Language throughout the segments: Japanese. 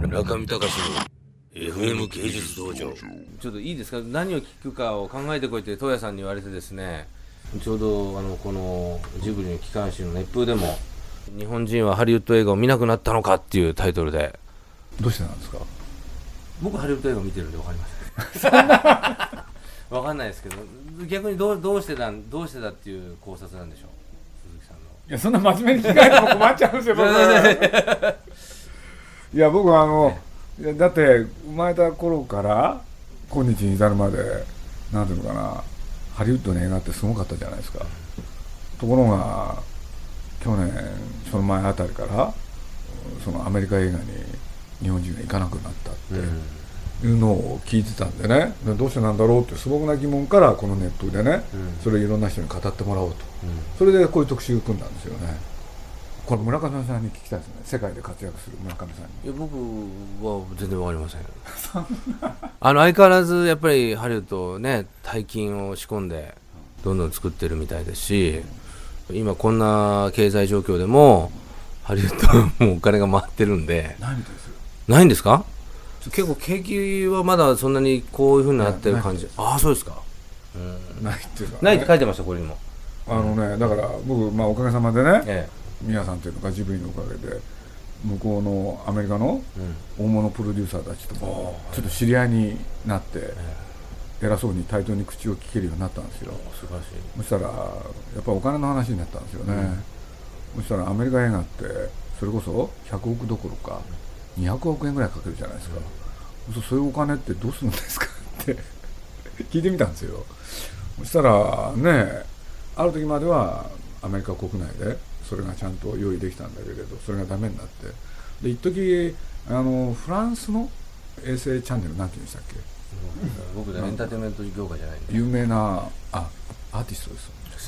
中見隆の FM 芸術道場。ちょっといいですか、何を聞くかを考えてこいって東谷さんに言われてですね、ちょうどこのジブリの機関誌の熱風でも日本人はハリウッド映画を見なくなったのかっていうタイトルで。 どうしてなんですか？ 僕ハリウッド映画見てるんで分かりません分かんないですけど、逆にどうしてだっていう考察なんでしょう、鈴木さんの。 いや、そんな真面目に聞かれても困っちゃうんですよ僕いや、僕はいやだって生まれた頃から今日に至るまでなんていうのかな、ハリウッドの映画ってすごかったじゃないですか。ところが去年その前あたりからそのアメリカ映画に日本人が行かなくなったっていうのを聞いてたんでね、どうしてなんだろうって素朴な疑問からこのネットでね、それをいろんな人に語ってもらおうと、それでこういう特集を組んだんですよね。これ村上さんに聞きたいですね、世界で活躍する村上さんに。 いや、僕は全然わかりません相変わらずやっぱりハリウッドね、大金を仕込んでどんどん作ってるみたいですし、今こんな経済状況でもハリウッドもお金が回ってるんで。 ないみたいですよ。 ないんですか？結構景気はまだそんなにこういう風になってる感じ。ああ、そうですか。 ないっていうか、ね、 ないって書いてました、これにも。 だから僕、おかげさまでね、皆さんというのかジブリのおかげで向こうのアメリカの大物プロデューサーたちともちょっと知り合いになって、偉そうに対等に口を聞けるようになったんですよ。 素晴らしい。 そしたらやっぱりお金の話になったんですよね、そしたらアメリカ映画ってそれこそ100億どころか200億円ぐらいかけるじゃないですか、そういうお金ってどうするんですかって聞いてみたんですよ。そしたらね、ある時まではアメリカ国内でそれがちゃんと用意できたんだけれど、それがダメになって、で一時フランスの衛星チャンネルなんて言うんでしたっけ、 僕エンターテインメント業界じゃないんで有名なアーティストです、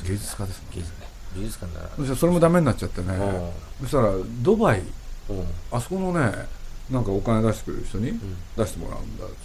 芸術家ですもんね。 美術館なら。 そしたらそれもダメになっちゃってね、そしたらドバイ、あそこのね、なんかお金出してくれる人に出してもらうんだっつって、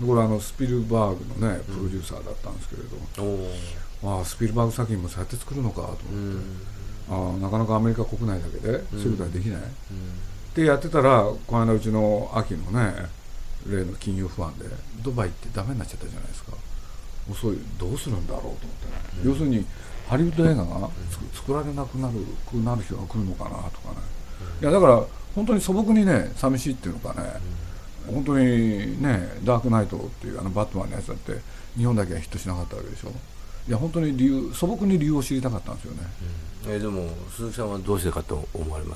これスピルバーグのねプロデューサーだったんですけれど、スピルバーグ作品もそうやって作るのかと思って、なかなかアメリカ国内だけでそういうことはできない、ってやってたら、この間うちの秋のね例の金融不安でドバイってダメになっちゃったじゃないですか。そういうどうするんだろうと思ってね、要するにハリウッド映画が作られなくなる人が来るのかなとかね、いやだから本当に素朴にね寂しいっていうのかね、本当にねダークナイトっていうバットマンのやつだって日本だけはヒットしなかったわけでしょ。いや本当に素朴に理由を知りたかったんですよね、 でも鈴木さんはどうしてかと思われます？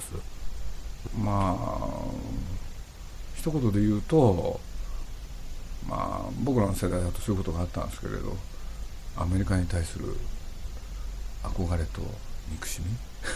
一言で言うと、僕らの世代だとそういうことがあったんですけれど、アメリカに対する憧れと憎し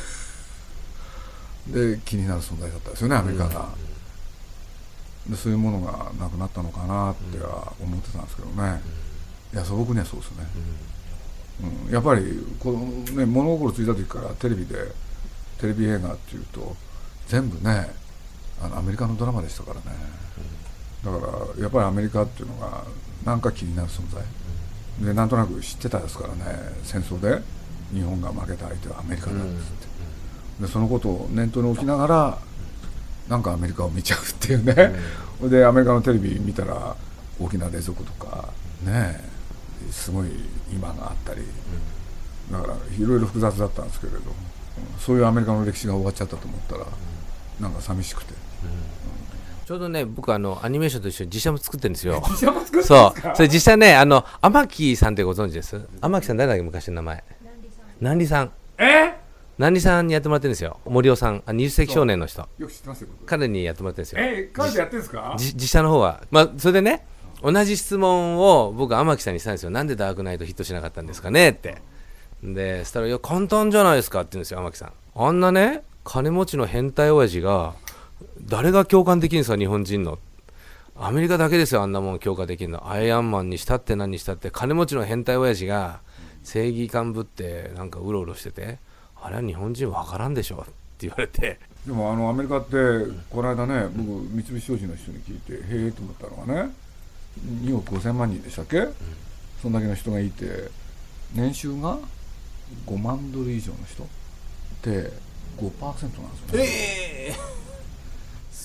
みで気になる存在だったですよね、アメリカが、でそういうものがなくなったのかなっては思ってたんですけどね、いや素朴にはそうですね、やっぱり物心ついた時からテレビ映画っていうと全部ねアメリカのドラマでしたからね、だからやっぱりアメリカっていうのがなんか気になる存在で、なんとなく知ってたですからね、戦争で日本が負けた相手はアメリカだっつって、でそのことを念頭に置きながらなんかアメリカを見ちゃうっていうね、でアメリカのテレビ見たら大きな冷蔵庫とかねすごい今があったり、だからいろいろ複雑だったんですけれど、そういうアメリカの歴史が終わっちゃったと思ったらなんか寂しくて、 ちょうどね、僕アニメーションと一緒に実写も作ってるんですよ。 実写も作ってるんですか？ そう、それ実際ね、天城さんってご存知です？天城さん誰だっけ、昔の名前。南里さん。南里さんにやってもらってるんですよ。森尾さん、20世紀少年の人。 よく知ってますよ。 彼にやってもらってるんですよ。 彼でやってるんですか？ 実写の方は。それでね、同じ質問を僕天城さんにしたんですよ。なんでダークナイトヒットしなかったんですかねって。で、そしたら、いや簡単じゃないですかって言うんですよ、天城さん。あんなね、金持ちの変態親父が誰が共感できるんですか、日本人の。アメリカだけですよ、あんなもん共感できるの。アイアンマンにしたって何にしたって金持ちの変態親父が正義感ぶってなんかうろうろしてて、あれは日本人わからんでしょって言われて。 でもアメリカってこの間ね、僕三菱商事の人に聞いてへえと思ったのがね、2億5000万人でしたっけ、そんだけの人がいて、年収が5万ドル以上の人って5%なんですよね。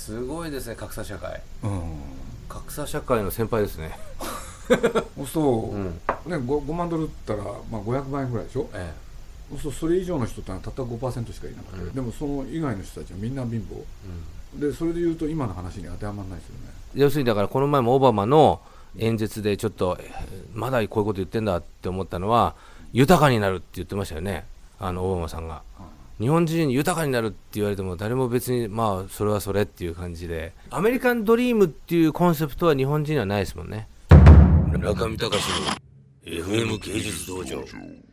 すごいですね、格差社会。 うん格差社会の先輩ですね。 そうすると、ね、5万ドルって言ったら、まあ、500万円ぐらいでしょ、そうするとそれ以上の人ってのはたった 5% しかいなくて、でもその以外の人たちはみんな貧乏、でそれでいうと今の話に当てはまらないですよね。 要するにだからこの前もオバマの演説でちょっとまだこういうこと言ってんだって思ったのは、豊かになるって言ってましたよね、オバマさんが。日本人に豊かになるって言われても誰も別にまあそれはそれっていう感じで、アメリカンドリームっていうコンセプトは日本人にはないですもんね。中見隆の FM 芸術道場。